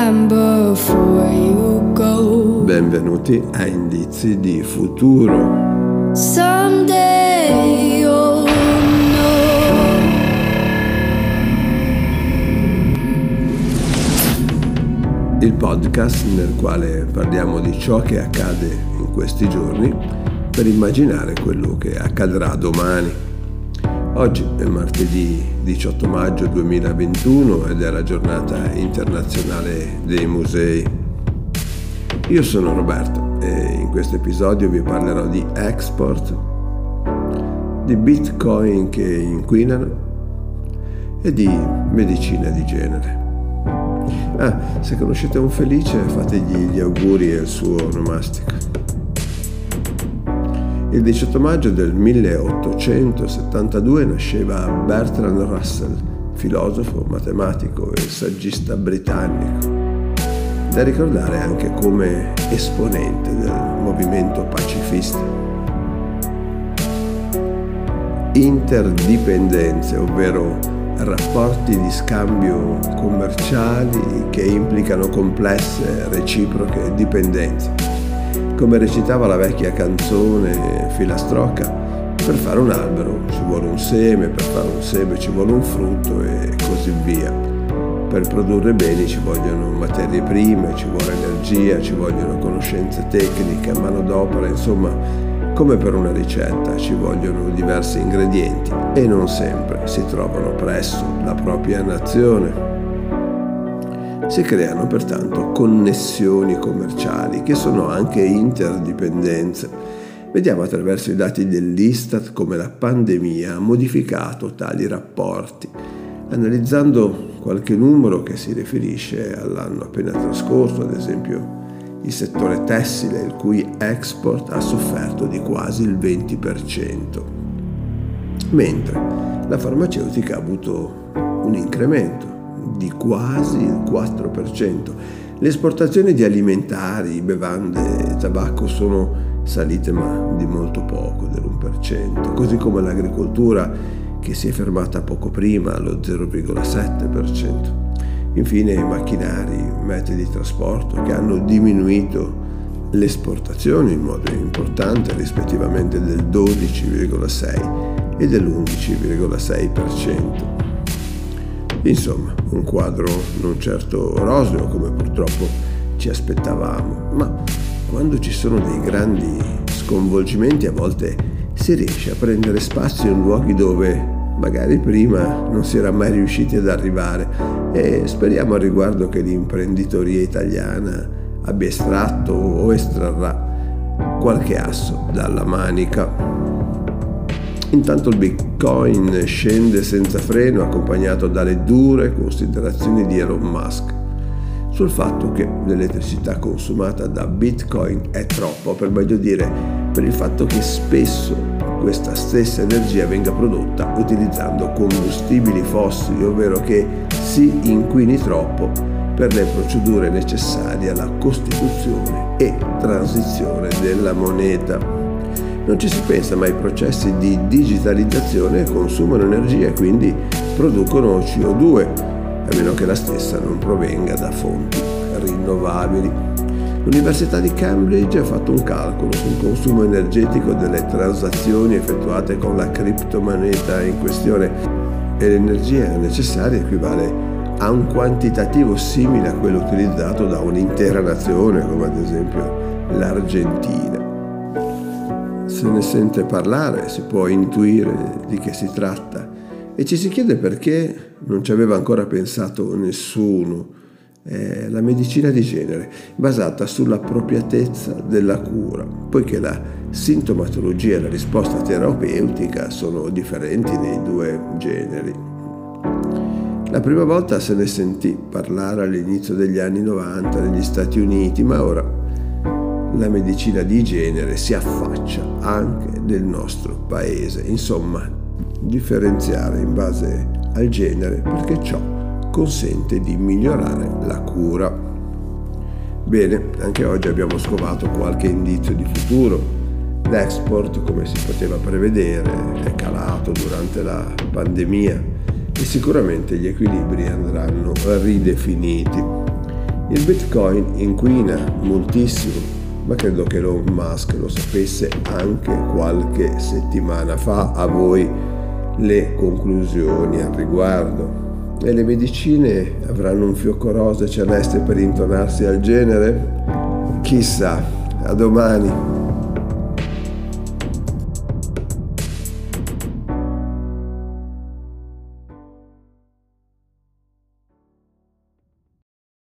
time before you go. Benvenuti a Indizi di Futuro. Someday you'll know. Il podcast nel quale parliamo di ciò che accade in questi giorni per immaginare quello che accadrà domani. Oggi è martedì 18 maggio 2021 ed è la giornata internazionale dei musei. Io sono Roberto e in questo episodio vi parlerò di export, di bitcoin che inquinano e di medicina di genere. Se conoscete un felice fategli gli auguri e il suo onomastico. Il 18 maggio del 1872 nasceva Bertrand Russell, filosofo, matematico e saggista britannico, da ricordare anche come esponente del movimento pacifista. Interdipendenze, ovvero rapporti di scambio commerciali che implicano complesse reciproche dipendenze. Come recitava la vecchia canzone filastrocca, per fare un albero ci vuole un seme, per fare un seme ci vuole un frutto e così via. Per produrre beni ci vogliono materie prime, ci vuole energia, ci vogliono conoscenze tecniche, manodopera, insomma, come per una ricetta ci vogliono diversi ingredienti e non sempre si trovano presso la propria nazione. Si creano pertanto connessioni commerciali che sono anche interdipendenze. Vediamo attraverso i dati dell'Istat come la pandemia ha modificato tali rapporti, analizzando qualche numero che si riferisce all'anno appena trascorso, ad esempio il settore tessile, il cui export ha sofferto di quasi il 20%, mentre la farmaceutica ha avuto un incremento di quasi il 4%. Le esportazioni di alimentari, bevande e tabacco sono salite ma di molto poco, dell'1%, così come l'agricoltura che si è fermata poco prima allo 0,7%. Infine i macchinari, mezzi di trasporto che hanno diminuito le esportazioni in modo importante, rispettivamente del 12,6% e dell'11,6%. Insomma, un quadro non certo roseo come purtroppo ci aspettavamo, ma quando ci sono dei grandi sconvolgimenti a volte si riesce a prendere spazio in luoghi dove magari prima non si era mai riusciti ad arrivare e speriamo al riguardo che l'imprenditoria italiana abbia estratto o estrarrà qualche asso dalla manica. Intanto il Bitcoin scende senza freno, accompagnato dalle dure considerazioni di Elon Musk sul fatto che l'elettricità consumata da Bitcoin è troppo, per meglio dire, per il fatto che spesso questa stessa energia venga prodotta utilizzando combustibili fossili, ovvero che si inquini troppo per le procedure necessarie alla costituzione e transizione della moneta. Non ci si pensa, ma i processi di digitalizzazione consumano energia e quindi producono CO2, a meno che la stessa non provenga da fonti rinnovabili. L'Università di Cambridge ha fatto un calcolo sul consumo energetico delle transazioni effettuate con la criptomoneta in questione e l'energia necessaria equivale a un quantitativo simile a quello utilizzato da un'intera nazione, come ad esempio l'Argentina. Se ne sente parlare, si può intuire di che si tratta e ci si chiede perché non ci aveva ancora pensato nessuno. La medicina di genere, basata sull'appropriatezza della cura, poiché la sintomatologia e la risposta terapeutica sono differenti nei due generi. La prima volta se ne sentì parlare all'inizio degli anni 90 negli Stati Uniti, ma ora la medicina di genere si affaccia anche nel nostro paese. Insomma, differenziare in base al genere, perché ciò consente di migliorare la cura. Bene, anche oggi abbiamo scovato qualche indizio di futuro. L'export, come si poteva prevedere, è calato durante la pandemia e sicuramente gli equilibri andranno ridefiniti. Il Bitcoin inquina moltissimo, ma credo che Elon Musk lo sapesse anche qualche settimana fa. A voi le conclusioni al riguardo. E le medicine avranno un fiocco rosa celeste per intonarsi al genere? Chissà, a domani.